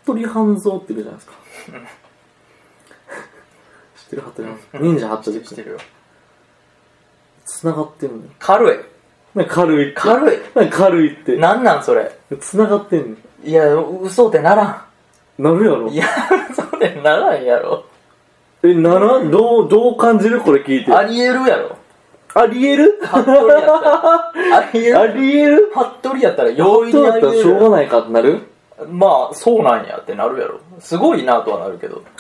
服部半蔵っているじゃないですか知ってる？服部半蔵忍者ハットで知ってるよ。 繋がってんのよ。 軽い。 軽いって。 軽い。 軽いって。 なんそれ。 繋がってんねん。 いや、嘘ってならん。 なるやろ。 いや、嘘ってならんやろ。 ならん？どう感じる？これ聞いて。 ありえるやろ。 ありえる？ 服部やったら。ありえる？ ありえる？ 服部やったら容易にありえる。 服部やったらしょうがないかってなる？ まあ、そうなんやってなるやろ。すごいなとはなるけど。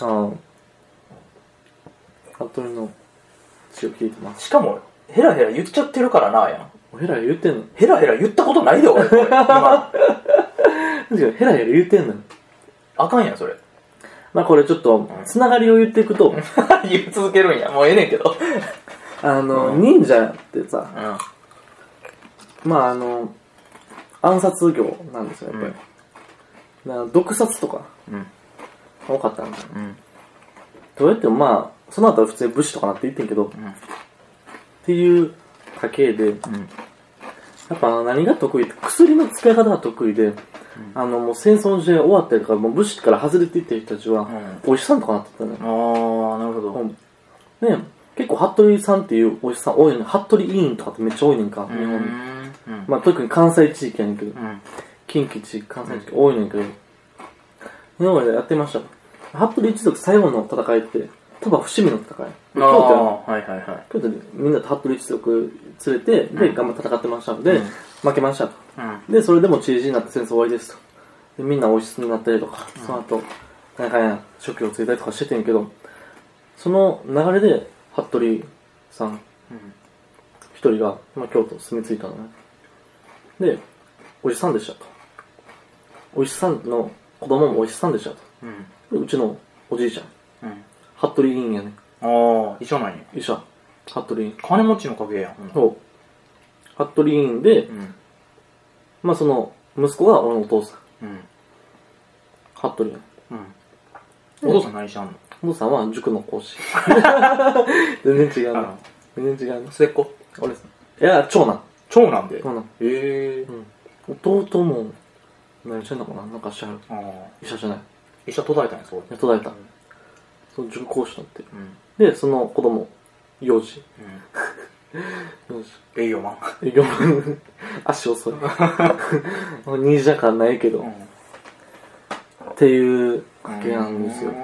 服部の血を聞いてます。 しかも、ヘラヘラ言っちゃってるからなやん。 ヘラヘラ言ってんの？ ヘラヘラ言ったことないで俺、これ。今。 ヘラヘラ言ってんのよ。 あかんやん、それ。 まあこれちょっと、つながりを言っていくと、 言い続けるんや。もうええねんけど。 忍者ってさ、まあ暗殺業なんですよ、やっぱり。毒殺とか、多かったんだよ。どうやってもまあ、その後は普通に武士とかなっていってんけど、っていう家系で、やっぱ何が得意って、薬の使い方が得意で、もう戦争の時代終わったりとか、もう武士から外れていってる人たちは、お医者さんとかなってたのよ。 ああ、なるほど。 ね、結構服部さんっていうお医者さん多いねん。服部医院とかってめっちゃ多いねんか、日本に。まあ特に関西地域やねんけど、近畿地域、関西地域多いねんけど、今までやってました。服部一族最後の戦いって、多分伏見の戦い。京都でみんなと服部一族連れて、で、頑張って戦ってましたので、負けましたと。で、それでも知事になって戦争終わりですと。で、みんな王室になったりとか、その後、なんかや、職業をついたりとかしててんけど、その流れで、服部さん、一人が、京都住み着いたのね。で、お医者さんでしたと。お医者さんの子供もお医者さんでしたと。でうちのおじいちゃん、服部医院やね。 ああ、医者なんや。 医者、服部医院。 金持ちの家系やん。 そう。服部医院で、まあその、息子が俺のお父さん。服部やね。 お父さん何しゃんの？ お父さんは塾の講師。全然違うな。全然違うな。 末っ子？ 俺さん。いや、長男。 長男で？ 長男。 へえ。 弟も、何してんのかな、なんかしてはる。医者じゃない。 医者途絶えたんや、そう。 途絶えた。その塾講師になって。で、その子供、幼児。幼児。 営業マン。 営業マン。足遅い。忍者感ないけど。っていう家系なんですよ。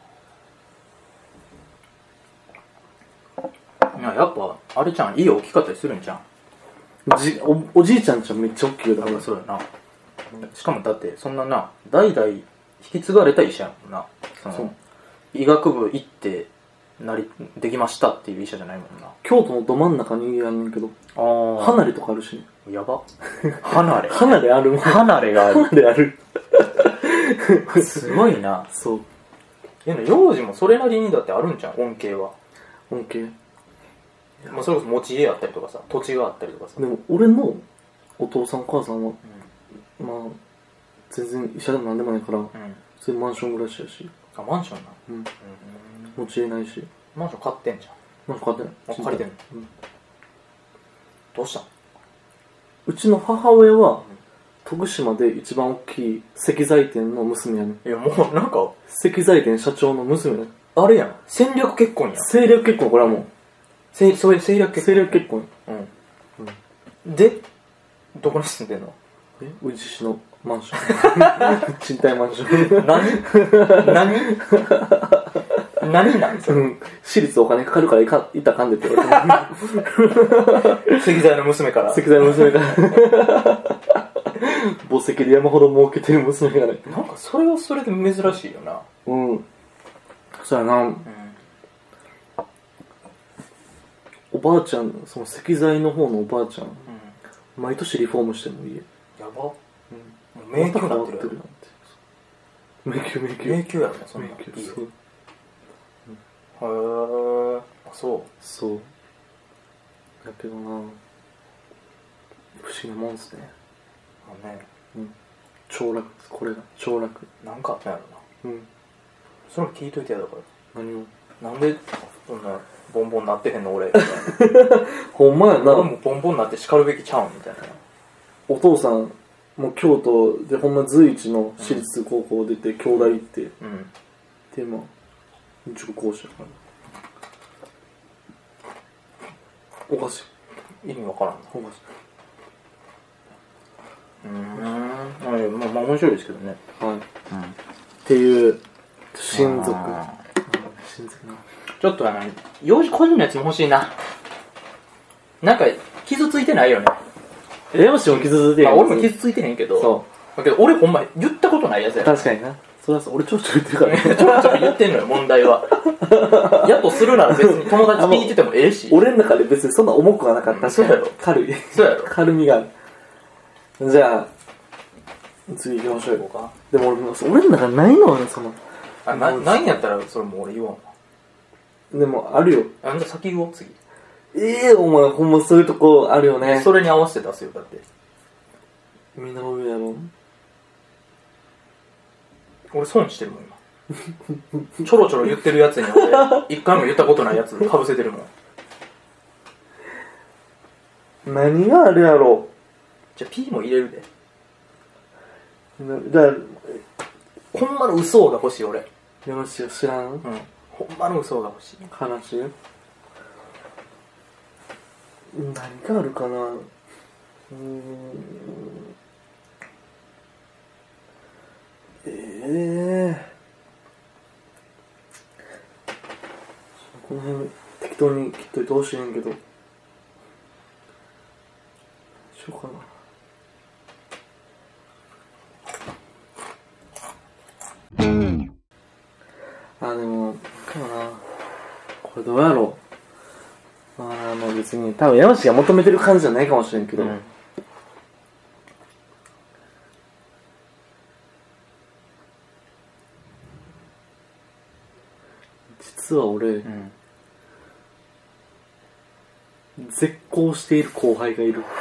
いや、やっぱ、あれちゃん、家大きかったりするんじゃん。 おじいちゃんちゃんめっちゃ大きいよ。だからそうやな。しかもだって、そんなな、代々引き継がれた医者やもんな。そう。医学部行って、できましたっていう医者じゃないもんな。 京都のど真ん中にやんねんけど、離れとかあるしね。 やば。離れ離れあるもん。 離れがある。 離れある。 すごいな。 そう。 幼児もそれなりにだってあるんじゃん、恩恵は。 恩恵。 まあそれこそ持ち家あったりとかさ、土地があったりとかさ。 でも俺のお父さんお母さんは、まあ、全然医者でもなんでもないから、普通にマンション暮らしやし。 あ、マンションな。 持ち家ないし。 マンション買ってんじゃん。 マンション買ってない。 借りてんの？どうしたの？ うちの母親は、徳島で一番大きい石材店の娘やねん。 いや、もうなんか、 石材店社長の娘やねん。 あれやん。戦略結婚やん。 政略結婚、これはもう。 そういう政略結婚。 政略結婚。 で、どこに住んでんの？ 宇治市のマンション。賃貸マンション。 何なんですか？ 私立お金かかるから行ったらあかんでって言われて。 石材の娘から。 石材の娘から。墓石で山ほど儲けてる娘がね。 なんかそれはそれで珍しいよな。 そうやな。おばあちゃん、その石材の方のおばあちゃん、毎年リフォームしてもいい。 やば。迷宮になってるやん。 迷宮やろな、そんな。 そう。 へー。あ、そう。 そう。だけどな、不思議なもんっすね。凋落です、これが。凋落。 なんかあったんやろな。それ聞いといてやだから。 何を？ なんで、そんな、ボンボンなってへんの俺。 ほんまやな。 俺もボンボンなって叱るべきちゃうんみたいな。 お父さん、 もう京都でほんま随一の私立高校出て京大行って、でまあ塾講師やからおかしい。意味わからんな。 おかしい。まあ面白いですけどね。 はい。っていう親族。 ちょっと幼児個人のやつも欲しいな。なんか傷ついてないよね。 もしも傷ついてへん。 俺も傷ついてへんけど。そう。だけど俺ほんま言ったことないやつや。 確かにな。それは俺ちょっと言ってるからね。 ちょっと言ってんのよ、問題は。やとするなら別に友達聞いててもええし。 俺の中で別にそんな重くはなかった。 そうやろ。 軽い。 そうやろ。 軽みがある。じゃあ、次行きましょうよ。でも俺の中ないのね、その。 ないんやったらそれも俺言わんわ。 でもあるよ。 じゃあ先言おう、次。 お前ほんまそういうとこあるよね。 それに合わせて出すよ、だって。 みんな上やろ。 俺損してるもん今。ちょろちょろ言ってるやつに俺一回も言ったことないやつかぶせてるもん。何があるやろ。 じゃあ P も入れるで。 じゃあほんまの嘘が欲しい俺。 よろしいよ、知らん。 ほんまの嘘が欲しい。 話何があるかな。この辺適当に切っといてほしいねんけど、どうしようかな。でもかな、これどうやろう。別に多分山氏が求めてる感じじゃないかもしれんけど、実は俺、絶交している後輩がいる。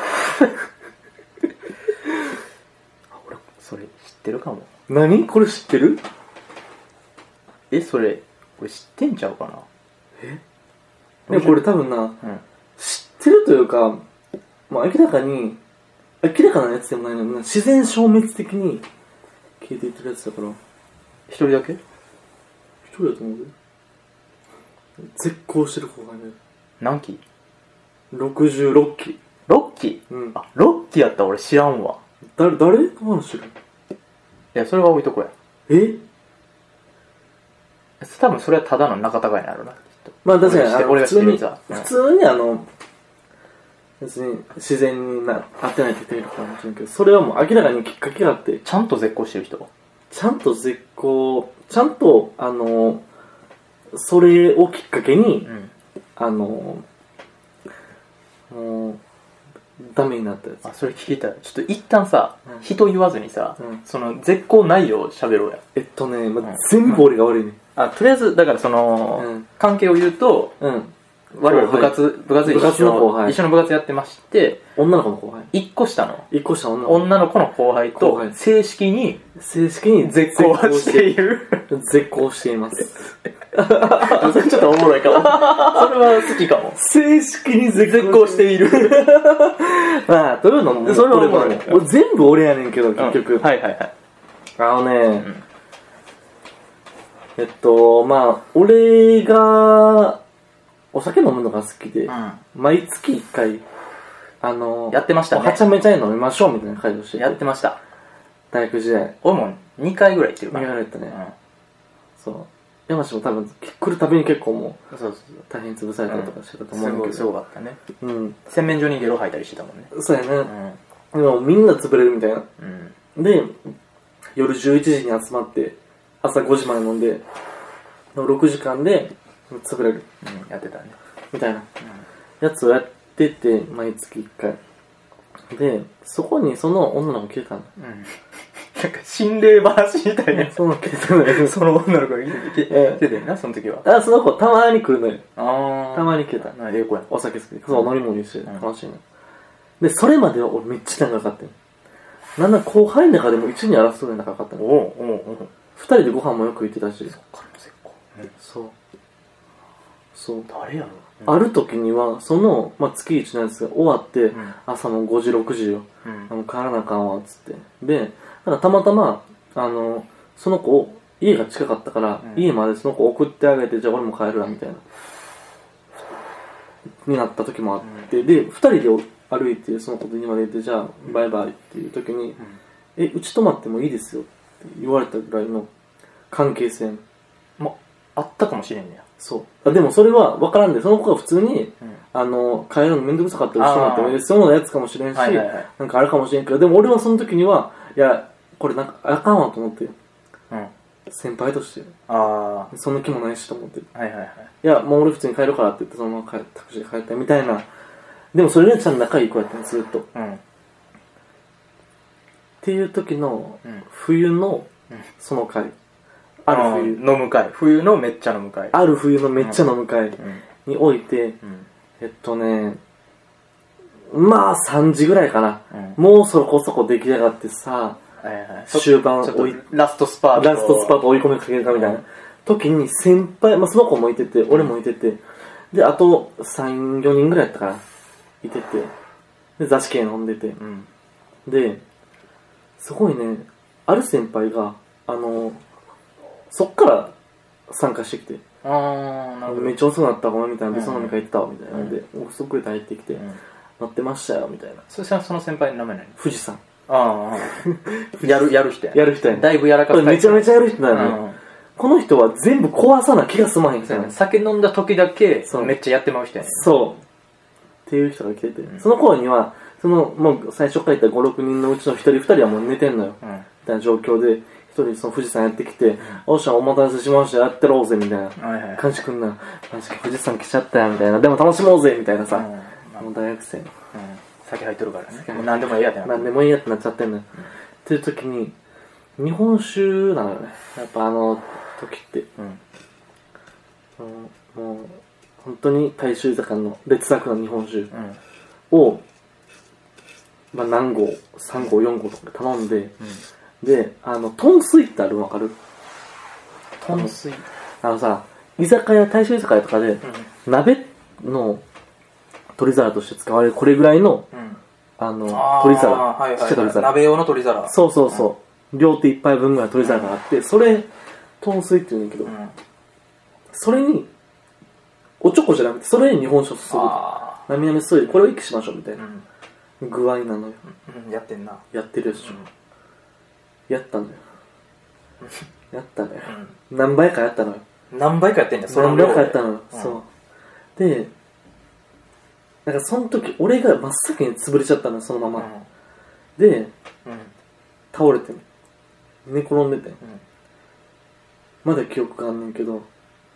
俺それ知ってるかも。 何これ知ってる？ それ俺知ってんちゃうかな。 でもこれ多分な、知ってるというか、まあ明らかなやつでもないのに自然消滅的に消えていってるやつだから。 一人だけ？ 一人だと思うで。絶交してる後輩ね。 何期 ？66期。 6期？6期やったら俺知らんわ。 誰の話してる？ いや、それは置いとこや。多分それはただの仲違いになるな。 まあ確かに俺が知ってるやつは普通に別に自然に合ってないって言ってるかもしれんけど、それはもう明らかにきっかけがあって。 ちゃんと絶交してる人？ ちゃんとそれをきっかけに、もうダメになったやつ。 それ聞きたい。ちょっと一旦さ、人言わずにさ、その絶交内容を喋ろうや。 全部俺が悪いね。 とりあえずだからその、関係を言うと、我々部活一緒の部活やってまして、 女の子の後輩、 1個下の女の子の後輩と正式に絶交している。 絶交しています。 それちょっとおもろいかも。それは好きかも。 正式に絶交している。 まあというのもそれはおもろい。 全部俺やねんけど結局。まあ俺がお酒飲むのが好きで、毎月1回やってましたね。 はちゃめちゃに飲みましょうみたいな会をしてやってました。 大学時代。 俺も2回ぐらい行ってるから。 2回ぐらい行ったね。そう。山氏も多分来るたびに結構もう大変潰されたりとかしてたと思うんだけど。 すごかったね。洗面所にゲロ吐いたりしてたもんね。 そうやね。でもみんな潰れるみたいな。で、夜11時に集まって朝5時まで飲んで6時間で潰れる。 やってたね。 みたいなやつをやってて、毎月1回。で、そこにその女の子来てたの。 なんか心霊話みたいな。 その来てたのよ。 その女の子が来ててんな、その時は。 その子たまに来るのよ。たまに来てた。お酒好きで。そう、乗り物にして楽しいの。で、それまでは俺めっちゃ長かったよ。なんだ後輩の中でも一に争うの長かったの。2人でご飯もよく行ってたし。そう。 そう誰やろ、 ある時にはその、月1のやつが終わって、朝の5時6時よ、帰らなあかんわっつってでたまたまその子を家が近かったから、家までその子送ってあげてじゃあ俺も帰るわみたいなになった時もあって、で2人で歩いてその子と家まで行ってじゃあバイバイっていう時に、うち泊まってもいいですよって言われたぐらいの関係性あったかもしれんねや。 そうでもそれは分からんでその子が普通に、帰るのめんどくさかったらうち泊まってもいいですよのやつかもしれんし、なんかあるかもしれんけどでも俺はその時にはいやこれなんかあかんわと思って、先輩としてその気もないしと思って、いやもう俺普通に帰るからって言ってそのままタクシーで帰ったみたいな。でもそれでちゃんと仲いい子やったんずっと、っていう時の冬のその会、ある冬飲む会、冬のめっちゃ飲む会、 ある冬のめっちゃ飲む会において、まあ3時ぐらいかな、もうそこそこ出来上がってさ、終盤ラストスパート追い込みかけるかみたいな時に先輩、その子もいてて俺もいててであと 3,4 人ぐらいやったからいててで座敷へ飲んでて、ですごいねある先輩がそっから参加してきてめっちゃ遅くなったごめんみたいな別の飲み会行ってたわみたいなんで遅くれて入ってきて乗ってましたよみたいな。 そしたらその先輩の名前何？ 富士山。 やる人やね。 だいぶやらかった。めちゃめちゃやる人だよね。この人は全部壊さな気が済まへん人やね。 酒飲んだ時だけめっちゃやってまう人やね。 そうっていう人が来てて、その頃にはもう最初から言った 5,6 人のうちの1人2人はもう寝てんのよ、みたいな状況で一人その富士山やってきて、おっしゃお待たせしましたやってろうぜみたいな感じくんな、マジか富士山来ちゃったよみたいな、でも楽しもうぜみたいなさ、もう大学生の酒入っとるからね、もう何でもいいやって何でもいいやってなっちゃってんのよ、っていう時に日本酒なのよねやっぱ時って、もう本当に大衆居酒屋の劣悪な日本酒を、何合3合4合とか頼んで、で豚水ってあるの分かる？ 豚水さ居酒屋大衆居酒屋とかで、鍋の取り皿として使われるこれぐらいの、取り皿、ちっちゃい取り皿、 鍋用の取り皿、 そう、両手一杯分ぐらい取り皿があって、それ豚水って言うんだけど、それにおちょこじゃなくてそれに日本酒を注ぐとなみなみ注いでこれを一気しましょうみたいな具合なのよ、 やってんな、 やってるでしょ、やったのよ何倍かやったのよ、 何倍かやってんだよ、 何倍かやったのよ、そうでなんかその時俺が真っ先に潰れちゃったのよそのまま、で、倒れて寝転んでて、まだ記憶があんねんけど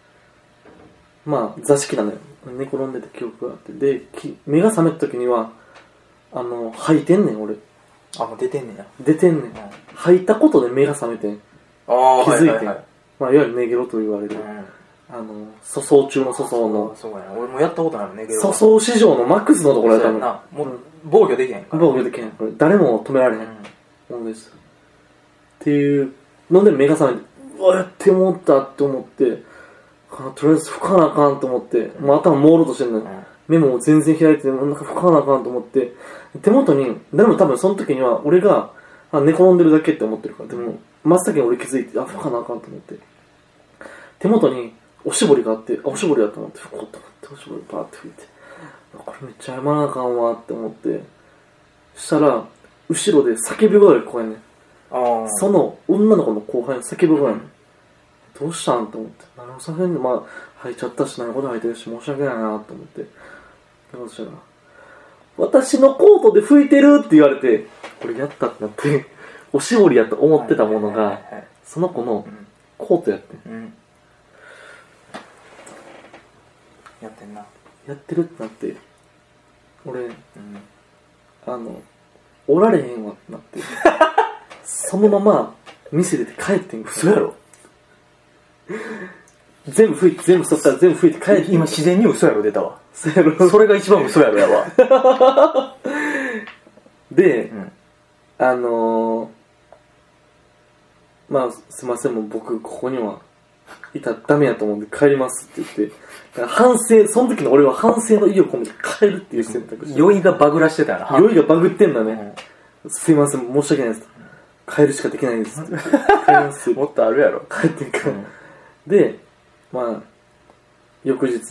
座敷なのよ、寝転んでて記憶があって、で目が覚めた時には吐いてんねん俺、 もう出てんねんや、 吐いたことで目が覚めてん、気づいてん、いわゆる寝ゲロと言われる、粗相中の粗相の、 そうやな、俺もやったことない寝ゲロ、 粗相史上のマックスのところやったの、 もう防御できへんから、 防御できへん、これ誰も止められへんもんです、っていうので目が覚めて、うわやってもったって思って、とりあえず吹かなあかんと思って、もう頭朦朧としてんのよ、目も全然開いてなんか吹かなあかんと思って、手元に誰も多分その時には俺が寝転んでるだけって思ってるから、でも真っ先に俺気づいて吹かなあかんと思って、手元におしぼりがあって、おしぼりだと思って吹こうと思っておしぼりバーって吹いて、これめっちゃ謝らなあかんわって思って、したら後ろで叫び声が聞こえんねん、その女の子の後輩の叫び声、どうしたんと思って、何も叫んで、吐いちゃったし何こと吐いてるし申し訳ないなと思って、どうしたら私のコートで拭いてるって言われて、これやったってなっておしぼりやと思ってたものがその子のコートやって、 やってんな、 やってるってなって、俺、おられへんわってなってそのまま店出て帰ってん。 嘘やろ全部そっから全部吹いて帰って、 今自然に嘘やろ出たわ、 それが一番嘘やろやわで、すいませんもう僕ここにはいたらダメやと思うんで帰りますって言って、だから反省、その時の俺は反省の意を込めて帰るっていう選択肢。 酔いがバグらしてたよな。 酔いがバグってんだね。すいません、申し訳ないです。帰るしかできないですって。帰りますもっとあるやろ。 帰ってんから。で、まあ、翌日、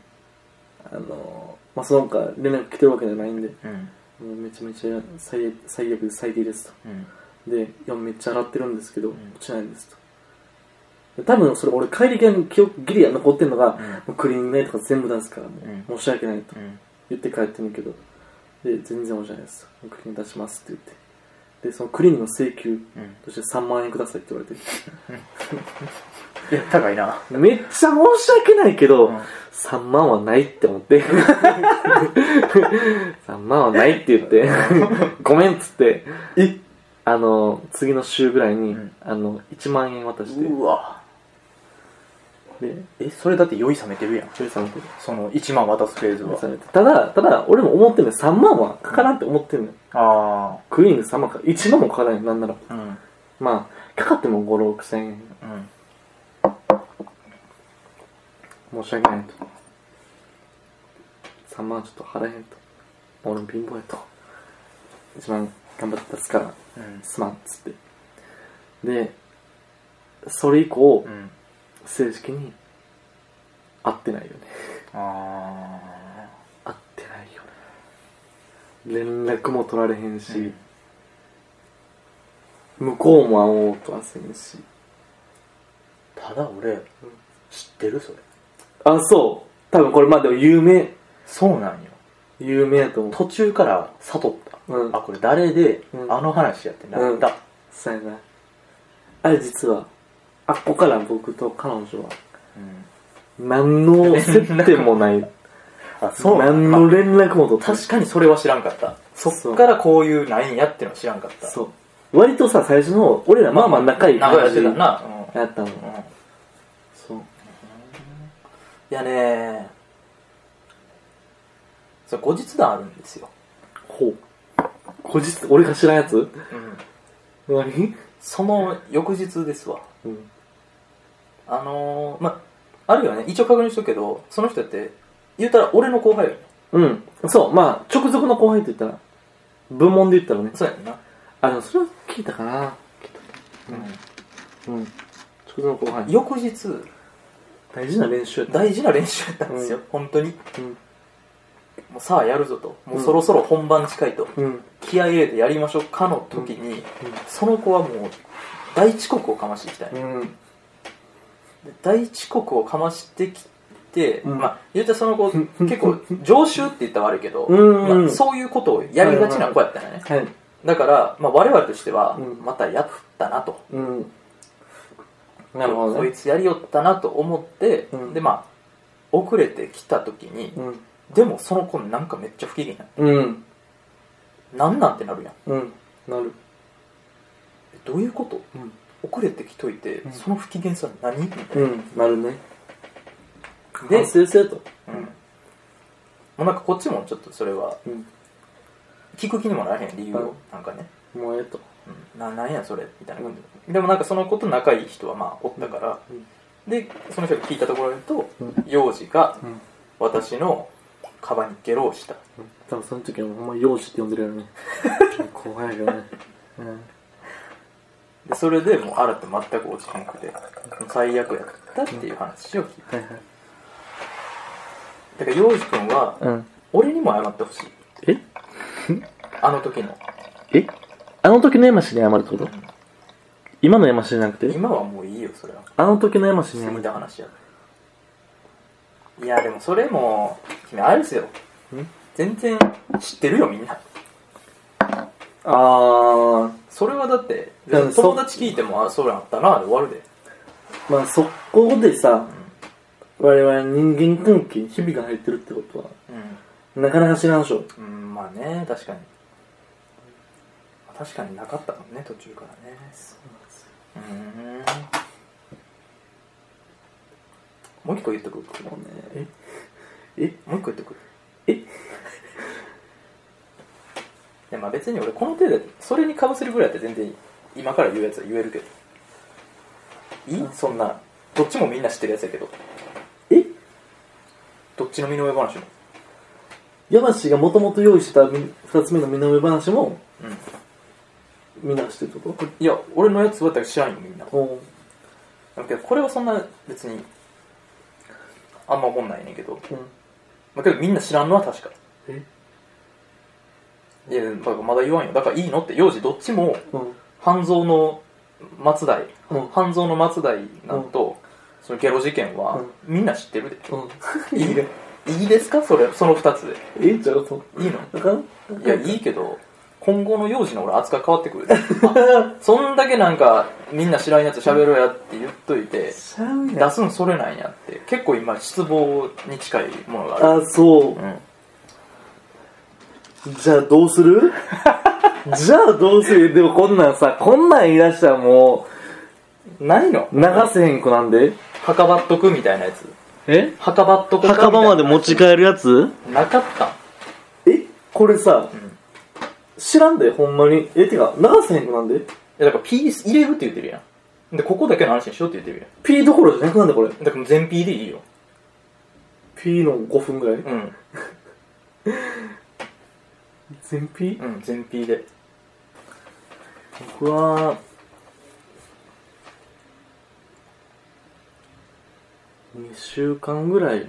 まあその他連絡来てるわけじゃないんで、もうめちゃめちゃ最悪で最低ですと。で、いや、めっちゃ洗ってるんですけど、落ちないんですと。多分それ俺帰り際に記憶ギリ残ってんのが、もうクリーニング代とか全部出すから、もう申し訳ないと言って帰ってんけど、で、全然落ちないですと。クリーニング出しますって言って。で、そのクリーニングの請求として3万円くださいって言われて。 いや、高いな。 めっちゃ申し訳ないけど、3万はないって思って。3万はないって言って、ごめんっつって、次の週ぐらいに、1万円渡して。 うわ。で、それだって酔い冷めてるやん。 酔い冷めてる。 その1万渡すフェーズは。 ただ、俺も思ってんのよ。3万はかからんって思ってんのよ。クリーニング3万か、1万もかからんよ、なんなら。まあ、かかっても5、6千円。申し訳ないと。3万ちょっと払えへんと。俺も貧乏やと。1万頑張って出すから、すまんっつって。で、それ以降、正式に会ってないよね。会ってないよね。連絡も取られへんし、向こうも会おうとはせんし。 ただ俺、知ってるそれ。 あ、そう。多分これまあでも有名。 そうなんよ。 有名やと思う。 途中から悟った。あ、これ誰で、あの話やってなった。 そうやな。あれ実は、ここから僕と彼女は、何の接点もない。何の連絡も取って。 確かにそれは知らんかった。そっからこういうないんやってのは知らんかった。 そう。割とさ、最初の、俺らまあまあ仲いい感じやったの。そう。 いやねそれ後日談あるんですよ。 ほう。後日、俺が知らんやつ？何？ その翌日ですわ。まあ、あるよね。一応確認しとくけど、その人って言ったら俺の後輩よね。そう、まあ直属の後輩って言ったら、部門で言ったらね。 そうやんな。 でもそれは聞いたかな。直属の後輩。 翌日大事な練習やったんですよ、本当に。もうさあやるぞと、もうそろそろ本番近いと、気合い入れてやりましょうかの時に、その子はもう大遅刻をかましてきたんよ。大遅刻をかましてきて、まあ言うたらその子結構常習って言ったら悪いけど、まあ、そういうことをやりがちな子やったよね。だから、まあ、我々としてはまたやったなと。なるほどね、こいつやりよったなと思って、でまあ遅れてきた時に、でもその子なんかめっちゃ不機嫌やなんなんてなるやん。 なる。 どういうこと、遅れてきといて、その不機嫌さ何みたいな。 なるね。 で反省せと。 もうなんかこっちもちょっとそれは、聞く気にもならへん理由を、なんかね。 もうと。 なんやそれみたいな、でもなんかその子と仲いい人はまあおったから、でその人が聞いたところに言うと、幼児が私のカバンにゲロをした。 多分その時はほんま幼児って呼んでるよね。怖いよね。 でそれでもう新って全く落ちへんくて、最悪やったっていう話を聞いた。だから幼児君は、俺にも謝ってほしい。あの時の。 あの時の山氏に謝るってこと？今の山氏じゃなくて？ 今はもういいよそれは。 あの時の山氏に謝る。 過ぎた話や。いやでもそれも君あれですよ。全然知ってるよみんな。それはだって友達聞いてもそうなったなで終わるで。 まあそこでさ、我々人間関係に日々が入ってるってことは、なかなか知らんでしょ。 まあね、確かになかったもんね途中からね。そうなんですよ。もう一個言っとく。もう一個言っとく。いやまあ別に俺この程度でそれにかぶせるぐらいだって全然今から言うやつは言えるけどいい？そんなどっちもみんな知ってるやつやけど。どっちの身の上話も山氏がもともと用意してた2つ目の身の上話も、みんな知ってるってこと？ いや、俺のやつは知らんよ、みんな。だけど、これはそんな別に、あんま思んないねんけど。だけど、みんな知らんのは確か。いや、まだ言わんよ。だからいいのって、幼児どっちも、半蔵の末代、半蔵の末代なんと、そのゲロ事件は、みんな知ってるで。いいね。いいですかその2つで。 じゃあそう。 いいの？いや、いいけど、今後の幼児の俺扱い変わってくる。そんだけなんか、みんな知らんやつ喋ろうやって言っといて、出すんそれなんやって。結構今、失望に近いものがある。 あ、そう。じゃあどうする？じゃあどうする？でもこんなん言い出したらもう、 ないの？ 流せへん子なんで。 墓場っとくみたいなやつ。墓場っとく墓場まで持ち帰るやつ？ なかった。 これさ、知らんで、ほんまに。てか、流せへん子なんで。 いや、だから P 入れるって言ってるやん。で、ここだけの話にしようって言ってるやん。 P どころじゃなくなんだこれ。 だから全 P でいいよ。 P の5分ぐらい？全 P？ 全 P で。 僕は、2週間ぐらい、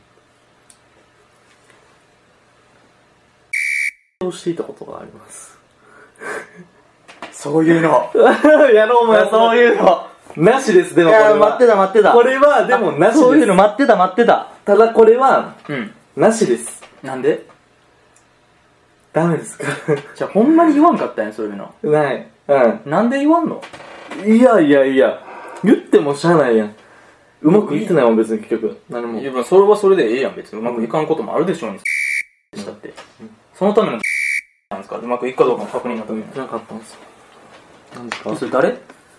をしていたことがあります。 そういうの。 やろうもや、そういうの。なしです、でもこれは。 待ってた。 これは、でもなしです。 そういうの待ってた。 ただこれは、なしです。 なんで？ ダメですか？ じゃあほんまに言わんかったんや、そういうの。 ない。 なんで言わんの？ いや。言ってもしゃあないやん。うまくいってないもん、別に結局。何も。 いや、それはそれでええやん、別に。うまくいかんこともあるでしょうに。したって。そのためのなんですか？うまくいくかどうかの確認のために。 なかったんですよ。 何ですか？それ誰？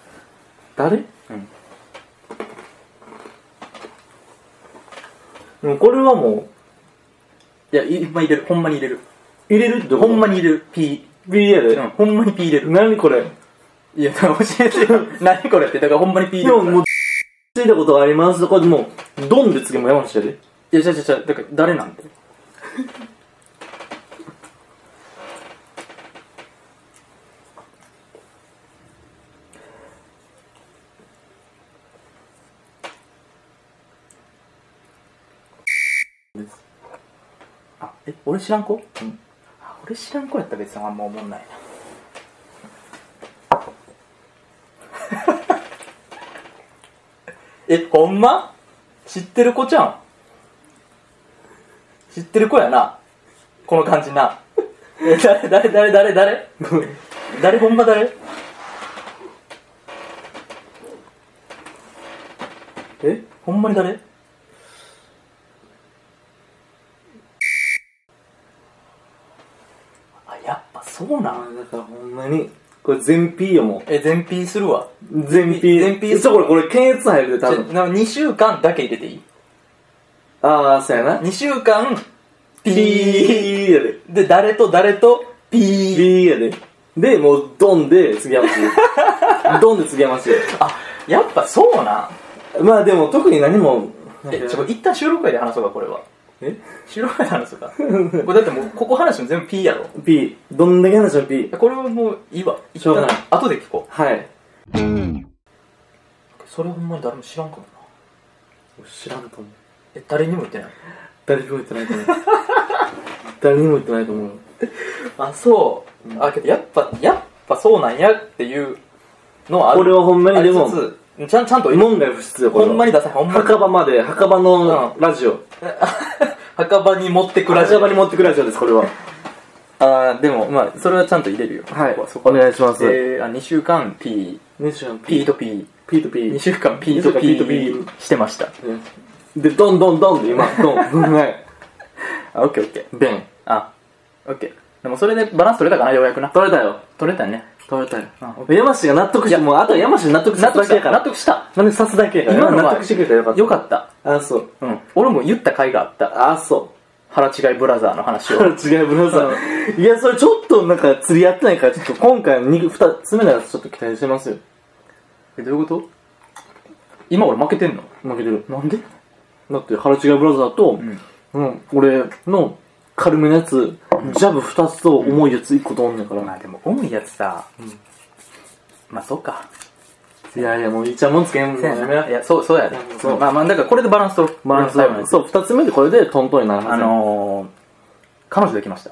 でもこれはもう、いや、今入れる。ほんまに入れる。 入れるってほんまに入れる。P やで。 ほんまに P 入れる。 何これ？ いや、だから教えてよ。何これって。だからほんまに P 入れる。 でももう、ついたことがありますとかでも、ドンで次も山下やで。 いや、だから誰なんて。俺知らん子？俺知らん子やったら別にあんま思んないな。ほんま？知ってる子ちゃん？知ってる子やな。この感じな。誰誰ほんま誰？ほんまに誰？やっぱそうなん。 だからほんまに、これ全 P よもう。 全 P するわ。 全 P。これ検閲入るで多分。 2週間だけ入れていい？ ああ、そうやな。 2週間、 P やで。 で、誰と P やで。で、もう、ドンで杉山氏。ドンで杉山氏。 やっぱそうなん。 まあでも、特に何も。 一旦収録会で話そうか、これは。収録会で話そうか。これだってもう、ここ話も全部 P やろ。 P。どんだけ話も P。 これはもういいわ。 しょうがない。 後で聞こう。はい。 それほんまに誰も知らんかもな。知らんと思う。 誰にも言ってない？ 誰にも言ってないと思う。誰にも言ってないと思う。 そう。けどやっぱそうなんやっていうのはある。 これはほんまにでも、 ちゃんと門外不出よ、これは。 ほんまに出せ、ほんまに。 墓場のラジオ。 墓場に持ってくラジオ。 墓場に持ってくラジオです、これは。 でも、まあ、それはちゃんと入れるよ。 はい。お願いします。 2週間 P。 2週間 P と P。 P と P。 2週間 P と P してました。 で、ドンで今、ドン。はい。 オッケー。 ベン。 オッケー。でもそれでバランス取れたかな、ようやくな。 取れたよ。 取れたね。 山氏が納得して、もうあとは山氏納得しただけやから。 納得した。 なんでさすだけやから。 今の納得してくれたらよかった。 よかった。 そう。 俺も言った回があった。 そう。 腹違いブラザーの話を。 腹違いブラザー。いや、それちょっとなんか釣り合ってないから、ちょっと今回2つ目のやつちょっと期待してますよ。 どういうこと？ 今俺負けてんの？ 負けてる。 なんで？ だって、腹違いブラザーと、俺の軽めのやつ、ジャブ2つと重いやつ1個とおんねんから。 まあでも、重いやつさ、まあそうか。 いやいや、もういちゃもんつけんのやめや。 いや、そうやで。まあだからこれでバランスと、 そう、2つ目でこれでトントンになるはず。 彼女できました。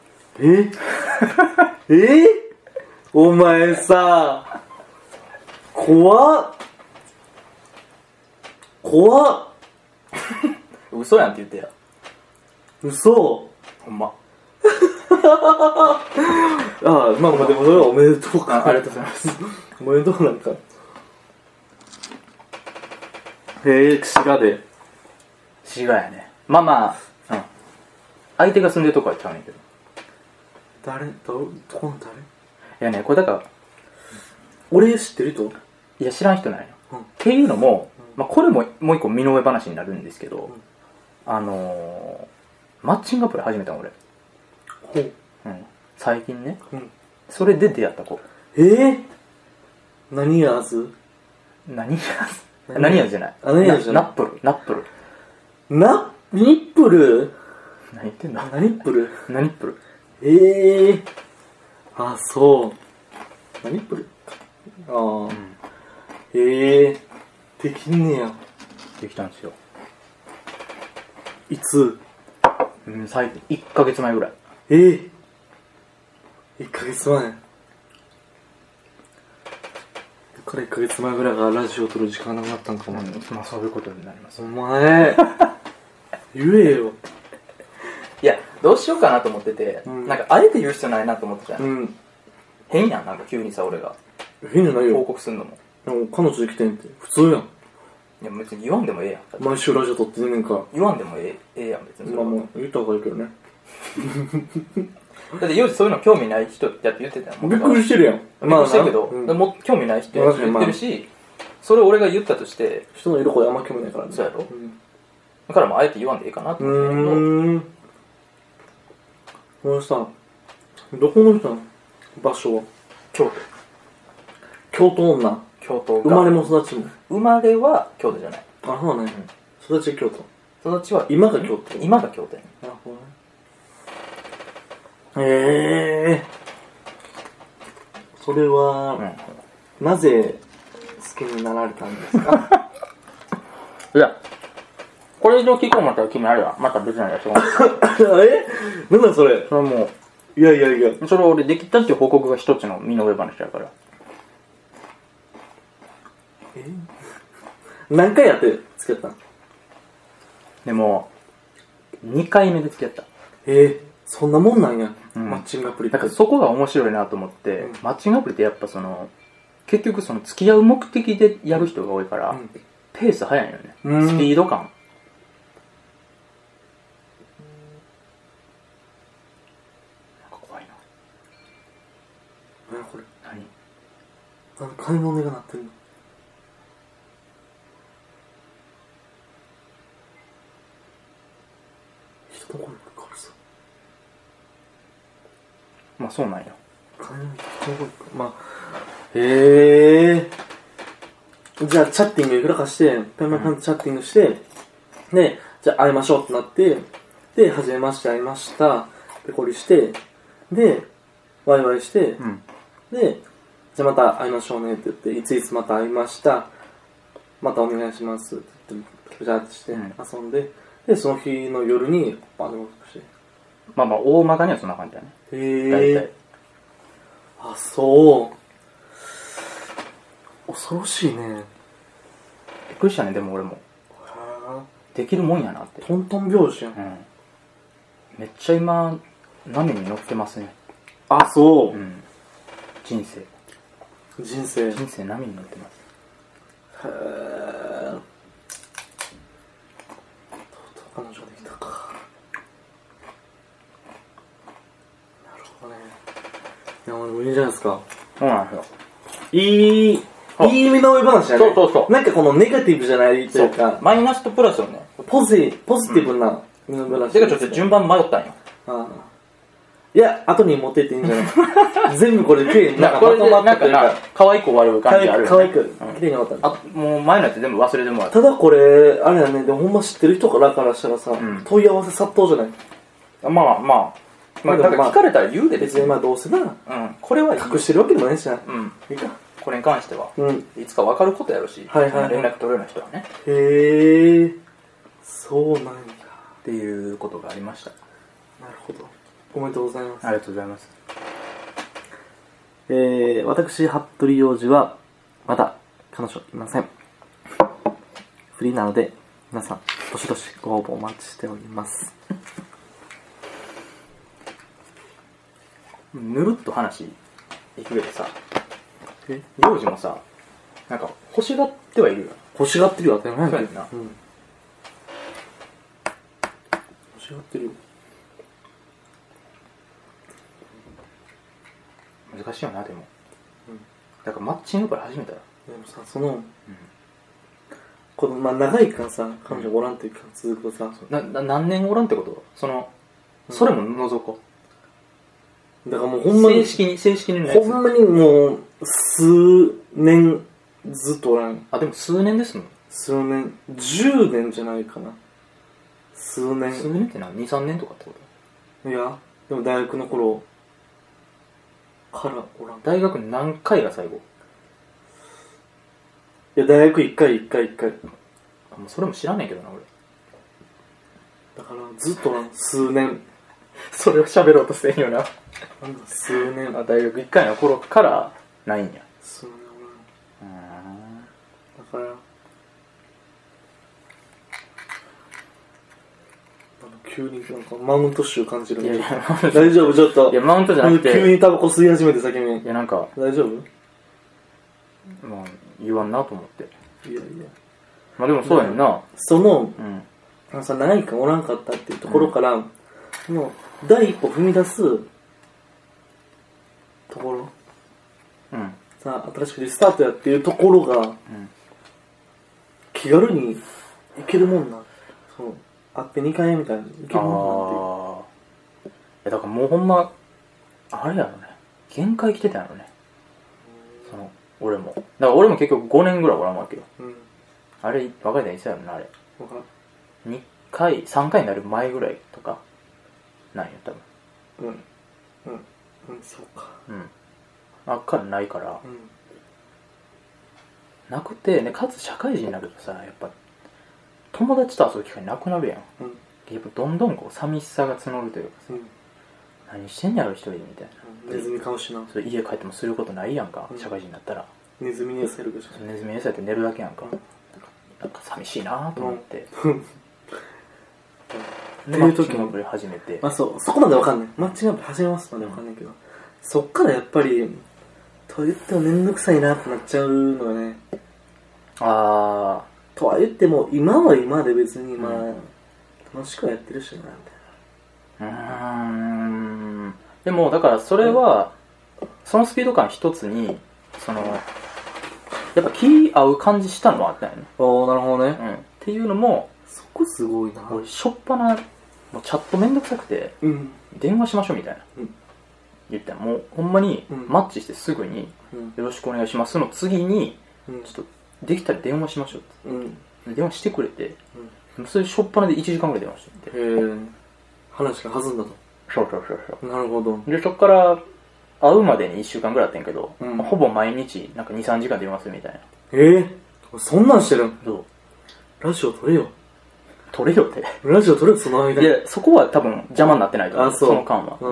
お前さ、怖っ。 嘘やんって言ってや。 嘘。 ほんま。 まあでもそれはおめでとうか。 ありがとうございます。 おめでとうなんか。滋賀で。 滋賀やね。まあ、相手が住んでるとこはちゃうねんけど。 どこの誰？ いやね、これだから、 俺知ってる人？ いや、知らん人なんよ。っていうのも、まあこれもう一個身の上話になるんですけど、マッチングアプリ始めたの俺。最近ね。それで出会った子。 何やず？ 何やじゃない。ナップル。 ニップル？ 何言ってんだ？ 何ップル？ 何ップル？ あ、そう。何ップル？できんねや。 できたんですよ。 いつ最近、1ヶ月前ぐらい。 1ヶ月前。だから1ヶ月前ぐらいがラジオ撮る時間なくなったんかな。 まあそういうことになります。 お前、言えよ。 いや、どうしようかなと思ってて、なんかあえて言う必要ないなと思ってたじゃん。変やん、なんか急にさ、俺が。 変じゃないよ。 報告すんのも。 でも彼女できてんって普通やん。 いや別に言わんでもええやん。 毎週ラジオ撮ってんねんか。 言わんでもええやん別に。 まあもう言った方がいいけどね。 だって幼児そういうの興味ない人やって言ってたやん。 びっくりしてるやん。 びっくりしてるけど、もう興味ない人やって言ってるし、それ俺が言ったとして、 人の色恋あんま興味ないからね。 そうやろ？だからもうあえて言わんでいいかなと思って。 これさ、どこの人なの？場所は？ 京都。 京都女。 京都が。 生まれも育ちも。 生まれは京都じゃない。 あ、そうね。育ちは京都。 育ちは今が京都。 今が京都やね。 なるほどね。それは、なぜ好きになられたんですか？ いや、これ以上聞こう思ったら君あれはまた別なやつが。 なんだそれ？ それはもう、いや。 それ俺できたっていう報告が一つの身の上話だから。 何回やって付き合ったの？ でも、2回目で付き合った。 そんなもんなんや、マッチングアプリって。 だからそこが面白いなと思って、マッチングアプリってやっぱその、結局その付き合う目的でやる人が多いから、ペース早いよね。スピード感。怖いな。 何これ？ 何？ 鐘の音が鳴ってんの？人の声からさ。 まあそうなんや。 鐘の人の声か。まあ、じゃあチャッティングいくらかして、ペンマンとチャッティングして、で、じゃあ会いましょうってなって、で、初めまして会いました。ペコリして、で、ワイワイして、で、じゃあまた会いましょうねって言って、いついつまた会いました。またお願いしますって言って、じゃあして遊んで、で、その日の夜に、バーで報告して。 まあ大まかにはそんな感じだね。大体。 あ、そう。恐ろしいね。 びっくりしたね、でも俺も。できるもんやなって。 トントン拍子やん。 めっちゃ今、波に乗ってますね。 あ、そう。 人生波に乗ってます。 へぇ彼女できたか。なるほどね。いや、もういいじゃないですか。 そうなんですよ。 いい意味の上話だね。 そう。 なんかこのネガティブじゃないというか、 マイナスとプラスをね、 ポジティブな意味の上話。 てかちょっと順番迷ったんよ。 いや、後に持ってっていいんじゃない全部これ綺麗になんかこれでなんかな、可愛く終わる感じあるよね。 可愛く、綺麗に終わった。 あ、もう前のやつ全部忘れてもらった。 ただこれ、あれだね、でもほんま知ってる人からしたらさ、問い合わせ殺到じゃないまあ、だから聞かれたら言うで別にまあどうせな、 これは隠してるわけでもないしな。 いいか。これに関しては、いつか分かることやろし、連絡取れるような人はね。 へえ、そうなんや。 っていうことがありました。 なるほど。おめでとうございます。 ありがとうございます。 私、服部洋二は、まだ彼女いません。フリーなので、皆さん、どしどしご応募お待ちしております。 ぬるっと話いくけどさ、洋二もさ、なんか欲しがってはいるよ。 欲しがってるよ、当たり前だよな。 欲しがってるよ。 難しいよな、でも。だからマッチングから始めたら。 でもさ、この、まあ、長い間さ、彼女おらんというか続くとさ、 何年おらんってこと？それも除こう。だからもうほんまに、 正式にね。 ほんまにもう、数年ずっとおらん。 あ、でも数年ですもん。 数年、10年じゃないかな。数年って何？ 2、3年とかってこと？いや、でも大学の頃からおらん。 大学何回が最後？ いや、大学1回。 もうそれも知らねえけどな、俺。 だから、ずっとおらん。数年。 それを喋ろうとせんよな。 なんだ、数年。 大学1回の頃からないんや。 数年おらん。だから、急になんかマウント臭感じる。 いや大丈夫ちょっと。 いや、マウントじゃなくて。 急にタバコ吸い始めて先に。 いや、なんか。 大丈夫？ まあ、言わんなと思って。 いや。 まあでもそうやんな。 さ、長い間おらんかったっていうところから、もう、第一歩踏み出すところ。さ、新しくリスタートやっていうところが、気軽にいけるもんな。そう。会って2回目みたいにいけるもんなっていう。 いや、だからもうほんま、あれやろね。限界来てたんやろね。俺も。だから俺も結局5年ぐらいおらんわけよ。あれ、若い時いつやろな、あれ。2回、3回になる前ぐらいとか、なんよ、多分。 そうか。 あっからないから、なくて、ね、かつ社会人になるとさ、やっぱ、友達と遊ぶ機会なくなるやん。やっぱどんどんこう、寂しさが募るというかさ、何してんやろ一人でみたいな。 ネズミ買うしな。 それ家帰ってもすることないやんか、社会人になったら。 ネズミに餌やるでしょ。 ネズミに餌やって寝るだけやんか。なんか寂しいなと思って。で、マッチングアプリ始めて。 まあそう、そこまでわかんない。マッチングアプリ始めますまでわかんないけど、そっからやっぱり、と言ってもめんどくさいなってなっちゃうのよね。とは言っても、今は今で別にまあ、楽しくはやってるしな、みたいな。でも、だからそれは、そのスピード感一つに、やっぱ気合う感じしたのはあったよね。 なるほどね。 っていうのも、 そこすごいな。 俺、しょっぱな、もうチャットめんどくさくて、電話しましょうみたいな。言ったら、もうほんまに、マッチしてすぐに、よろしくお願いしますの次に、ちょっと、できたら電話しましょうって。電話してくれて、それしょっぱなで1時間ぐらい電話してて。 話が弾んだと。 そう。 なるほど。 で、そっから、会うまでに1週間ぐらいあったんやけど、ほぼ毎日、なんか2、3時間電話するみたいな。 そんなんしてるん？ どう？ラジオ撮れよ。 撮れよって。 ラジオ撮れよ、その間。 いや、そこは多分邪魔になってないと思う。その間は。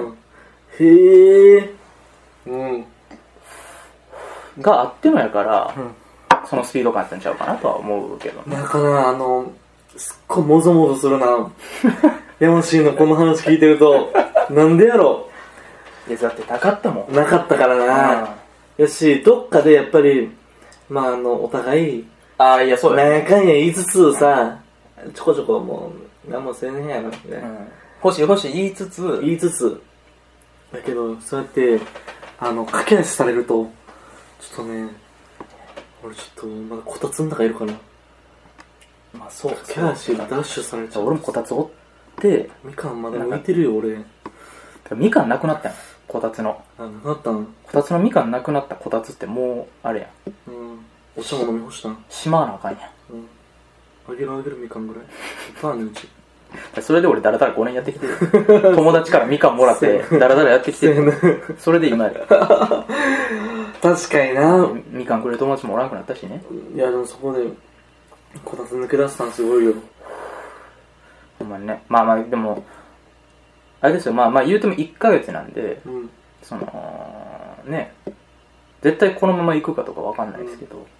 があってのやから、そのスピード感やったんちゃうかなとは思うけどね。 だから、すっごいもぞもぞするな。ヤマシーのこの話聞いてると、なんでやろう。いや、だってなかったもん。 なかったからな。よし、どっかでやっぱり、まあお互い、 いや、そうだね。なんやかんや言いつつさ、ちょこちょこもう、なんもせんねんやろ、ね。 欲しい言いつつ。 だけど、そうやって、駆け足されると、ちょっとね、俺ちょっと、まだこたつの中いるかな。 まあそう。 駆け足ダッシュされちゃう。 俺もこたつおって、 みかんまだ置いてるよ、俺。 みかんなくなったんこたつの。 なくなったん？ こたつのみかんなくなったこたつってもう、あれやん。 お茶も飲み干したん？ しまわなあかんやん。 あげるみかんぐらい。パンのうち。 それで俺だらだら5年やってきてる。友達からみかんもらって、だらだらやってきてる。それで今や。 確かにな。 みかんくれる友達もおらなくなったしね。 いやでもそこで、こたつ抜け出したんすごいよ。 ほんまにね。まあまあ、でも、あれですよ、まあ言うても1ヶ月なんで、その、ね、絶対このまま行くかとかわかんないですけど。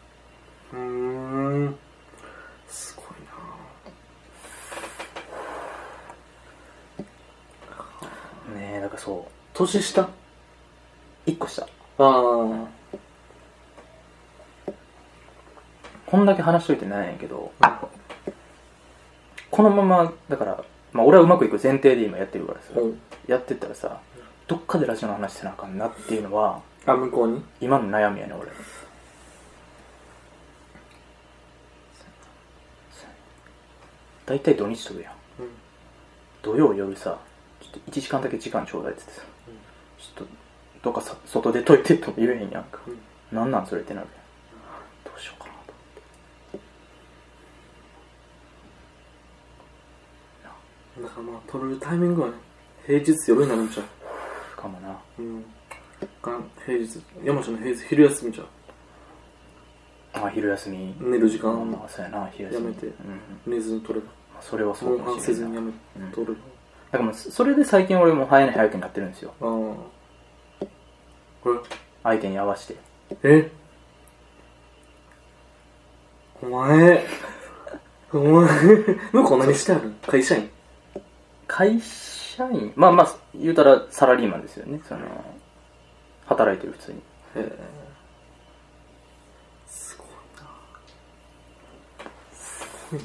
すごいな。 ねえ、だからそう。 年下 1個下。 ああ。 こんだけ話しといてないんやけど、このまま、だから、まあ俺はうまくいく前提で今やってるからさ、やってったらさ、どっかでラジオの話せなあかんなっていうのは、 向こうに今の悩みやね、俺。だいたい土日とるやん。土曜夜さ、ちょっと1時間だけ時間ちょうだいって言ってさ、ちょっと、どっか外出といてとも言えへんやんか。なんなんそれってなるやん。どうしようかなと思って。だからまあ、撮るタイミングはね、平日夜になるんちゃうかもな。 平日、山下の平日昼休みじゃん。 昼休み。 寝る時間そうやな、昼休み。 やめて、寝ずに撮れば。 それはそうかもしれない。 せずにやめて撮れば。 だからもう、それで最近俺も早寝早起きになってるんですよ。 これ相手に合わせて。 お前、向こう何してある？会社員？ 会社員？まあ、言うたらサラリーマンですよね。働いてる普通に。 すごいな。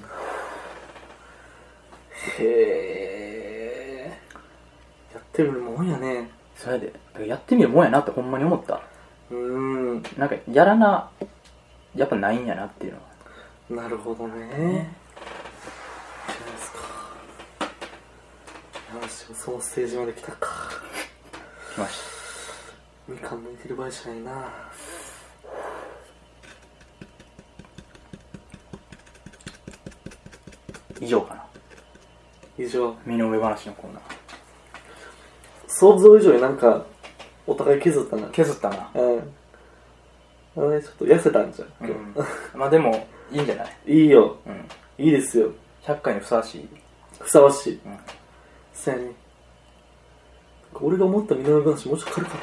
やってるもんやね。 それで、やってみるもんやなってほんまに思った。なんか、やっぱないんやなっていうのは。なるほどね。じゃないですか。よし、そのステージまで来たか。 来ました。 みかん抜いてる場合じゃないな。 以上かな。 以上。 身の上話のコーナー。 想像以上になんか、お互い削ったな。 削ったな。 ちょっと痩せたんじゃん。 まあでも、いいんじゃない？ いいよ。いいですよ。 100回にふさわしい。 ふさわしい。そうやね。俺が思った身の上話もうちょっと軽かった。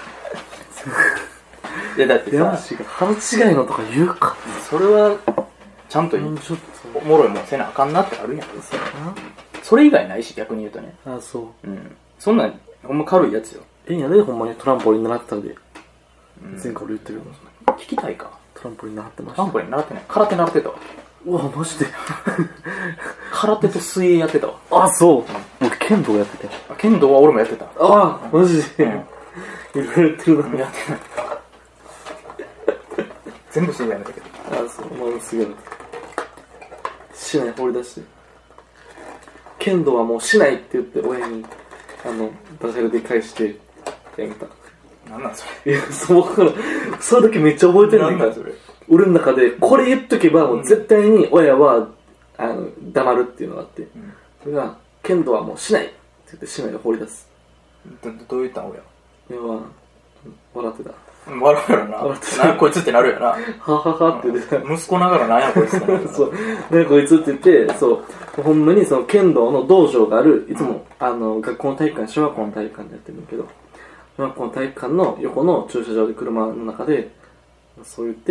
いやだってさ、 山氏が腹違いのとか言うか。 それは、ちゃんとおもろいもんせなあかんなってあるやん。それ以外ないし、逆に言うとね。 そう。 そんなん、ほんま軽いやつよ。 やで、ほんまにトランポリン習ってたで。前回俺言ってるよ。 聞きたいか。 トランポリン習ってました。 トランポリン習ってない。空手習ってたわ。 うわ、マジで。 空手と水泳やってたわ。 そう。僕、剣道やってて。 剣道は俺もやってた。 マジで。いろいろやってるな。 やってない。全部すぐやめたけど。 そう。お前もすぐやめた。しない放り出して。剣道はもうしないって言って親に、ダジャレで返して、やめた。 なんなんそれ。 いや、そうから、その時めっちゃ覚えてるんだ。俺の中で、これ言っとけば、もう絶対に親は、黙るっていうのがあって。それが、剣道はもうしないって言って、しないで放り出す。 どう言ったん親は。 親は、笑ってた。 笑うやろな。なんこいつってなるよな。 はははって言ってた。 息子ながらなんやこいつってなる。 そう。なんこいつって言って、そう。ほんまにその剣道の道場がある、いつも、学校の体育館、小学校の体育館でやってるんだけど、小学校の体育館の横の駐車場で車の中で、そう言って、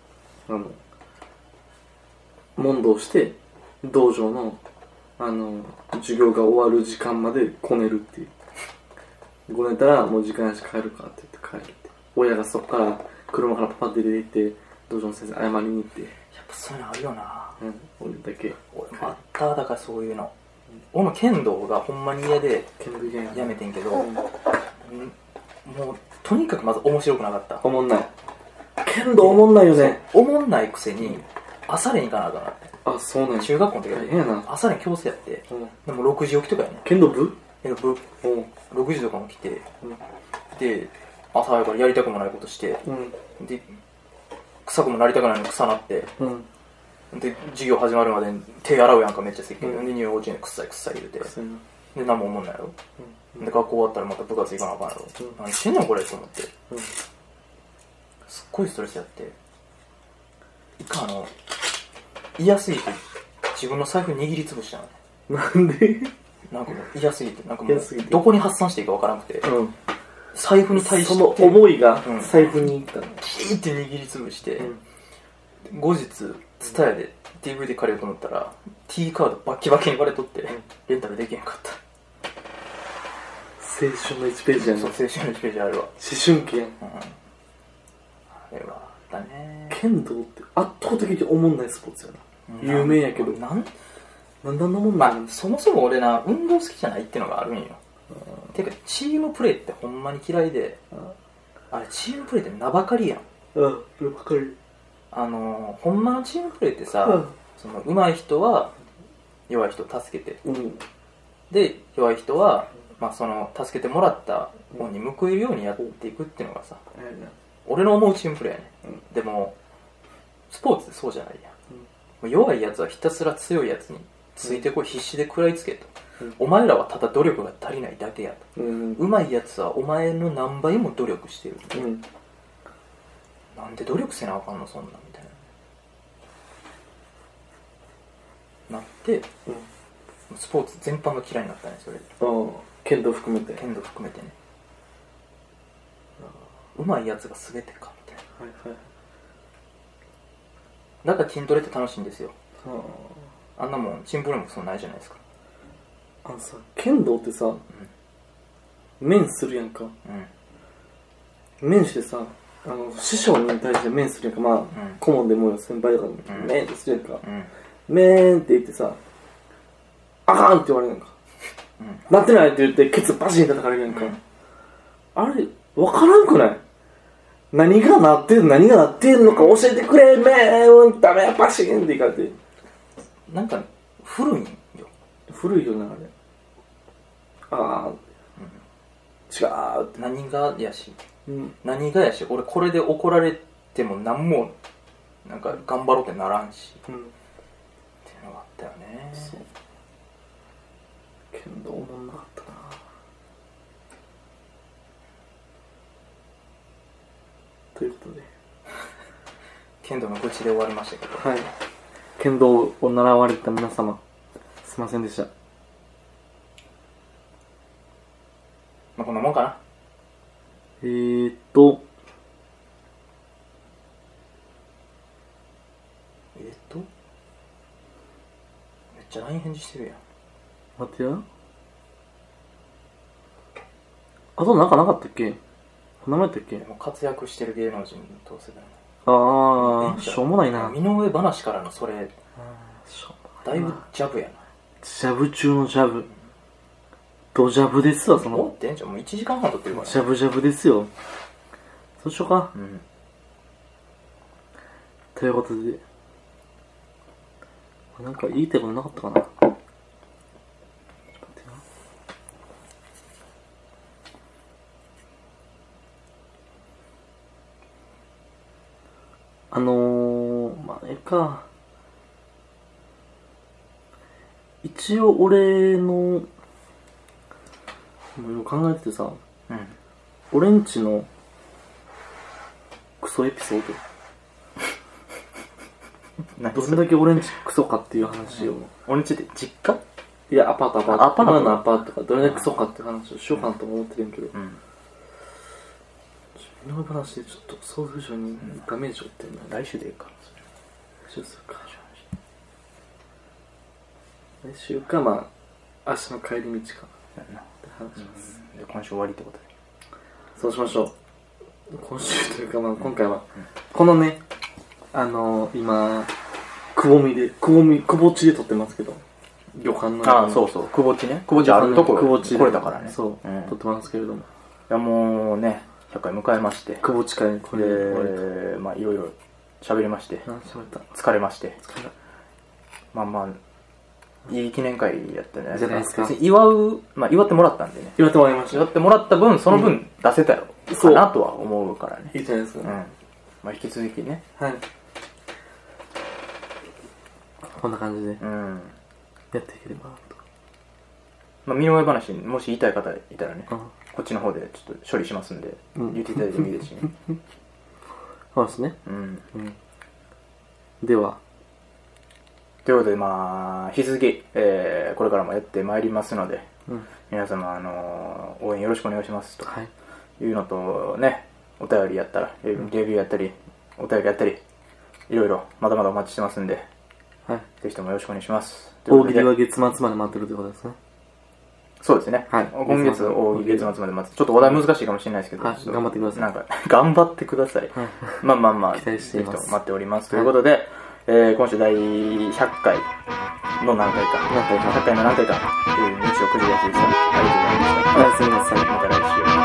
問答して、道場の、授業が終わる時間までこねるっていう。ごねたら、もう時間やし帰るかって言って帰るって。親がそこから車からパパって出て行って道場の先生謝りに行って。 やっぱそういうのあるよな。 俺だけ。 俺もあった。だからそういうの。俺も剣道がほんまに嫌でやめてんけど、もうとにかくまず面白くなかった。 おもんない。剣道おもんないよね。 おもんないくせに朝練行かなあかんなって。 そうなんや。 中学校の時は朝練強制やって。でも6時起きとかやね。 剣道部？ い 6時とかも来て、で朝早くからやりたくもないことして、で臭くもなりたくないのに臭なって、で授業始まるまで手洗うやんか、めっちゃせっけん、で入学中に臭い言うて、で何も思んないやろ、で学校終わったらまた部活行かなあかんやろ、何してんのこれと思って、すっごいストレスやって、嫌すぎて自分の財布握りつぶしたのね。 なんでなんかもう嫌すぎて、なんかもうどこに発散していいかわからなくて、財布に対してその思いが財布にいったの、 キーって握りつぶして、後日TSUTAYAで DVD 借りようと思ったら T カードバキバキに割れとって、レンタルできへんかった。 青春の1ページやね。 そう、青春の1ページあるわ。 思春期やん。 あれはだね。 剣道って圧倒的におもんないスポーツやな。有名やけど、なんであんなもんないの。 そもそも俺な、運動好きじゃないってのがあるんよ。てかチームプレーってほんまに嫌いで、あれチームプレーって名ばかりやん。 名ばかり。 ほんまのチームプレーってさ、その上手い人は弱い人を助けて、で弱い人は、その助けてもらった方に報いるようにやっていくっていうのがさ、俺の思うチームプレーやね、でもスポーツってそうじゃないやん、弱いやつはひたすら強いやつについてこい、必死で食らいつけと、お前らはただ努力が足りないだけやと、上手いやつはお前の何倍も努力してる、なんで努力せなあかんのそんなみたいななって、スポーツ全般が嫌いになったね、それで。 剣道含めて。 剣道含めてね。上手いやつが全てかみたいな。だから筋トレって楽しいんですよ。あんなもんチンプレーもそうないじゃないですか。 さ、剣道ってさ、面するやんか。面してさ、師匠に対して面するやんか。顧問でもよ、先輩とかに面ってするやんか。面って言ってさ、あかんって言われるやんか。なってないって言ってケツバシン叩かれるやんか。あれ分からんくない？何がなってんのか教えてくれ、ダメやバシンっていかれて、 なんか古いよなあれ。違うって何がやし、俺これで怒られても何もなんか頑張ろうってならんし、っていうのがあったよね。そう、 剣道おもんなかったな。ということで剣道の愚痴で終わりましたけど、 剣道を習われた皆様すいませんでした。 こんなもんかな。 めっちゃ LINE 返事してるやん。 待ってや、あとなんかなかったっけ？名前やったっけ？ 活躍してる芸能人どうせだよ。 しょうもないな。 身の上話からのそれ、だいぶジャブやな。 ジャブ中のジャブ。ドジャブですわ、その。 もう1時間半撮ってるから、 ジャブジャブですよ。そうしようか。ということで、なんか言いたいことなかったかな。ちょっと待ってな。一応俺の考えててさ、俺んちのクソエピソードどんだけ俺んちクソかっていう話を、 俺んちって実家？ いや、アパート今のアパートがどれだけクソかっていう話をしようかなと思ってるんけど、身の上話でちょっと想像以上にダメージを負ってるの。 来週でいいか。 来週するか。来週か、明日の帰り道かって話します。 で、今週終わりってことで。 そうしましょう。今週というか、今回はこのね、今くぼ地で撮ってますけど、旅館のそうくぼ地ね、くぼ地あるところ来れたからね。 そう、撮ってますけれども、いやもうね、100回迎えまして、 くぼ地会これいろいろ喋りまして、疲れまして、 いい記念会やったんじゃないですか。 じゃないですか。 別に祝ってもらったんでね。 祝ってもらいました。 祝ってもらった分、その分出せたよ。かなとは思うからね。 いいじゃないですか。 まあ引き続きね。 はい。こんな感じで、やっていければなと。 まあ見覚え話、もし言いたい方いたらね、こっちの方でちょっと処理しますんで、言っていただいてもいいですしね。 そうですね。では。 ということで、まあ、引き続き、これからもやってまいりますので、皆様、応援よろしくお願いしますというのとね、お便りやったら、レビューやったり、お便りやったり、いろいろまだまだお待ちしてますんで、ぜひともよろしくお願いします。 大喜利は月末まで待ってるということですね。 そうですね。今月大喜利月末まで待って、ちょっとお題難しいかもしれないですけど、 頑張ってください。 なんか、頑張ってください。まあ、 期待しています。 待っております。ということで、今週第100回の何回か、100回の何回か、日曜9時やすいでした。ありがとうございました。 おやすみなさい。 また来週。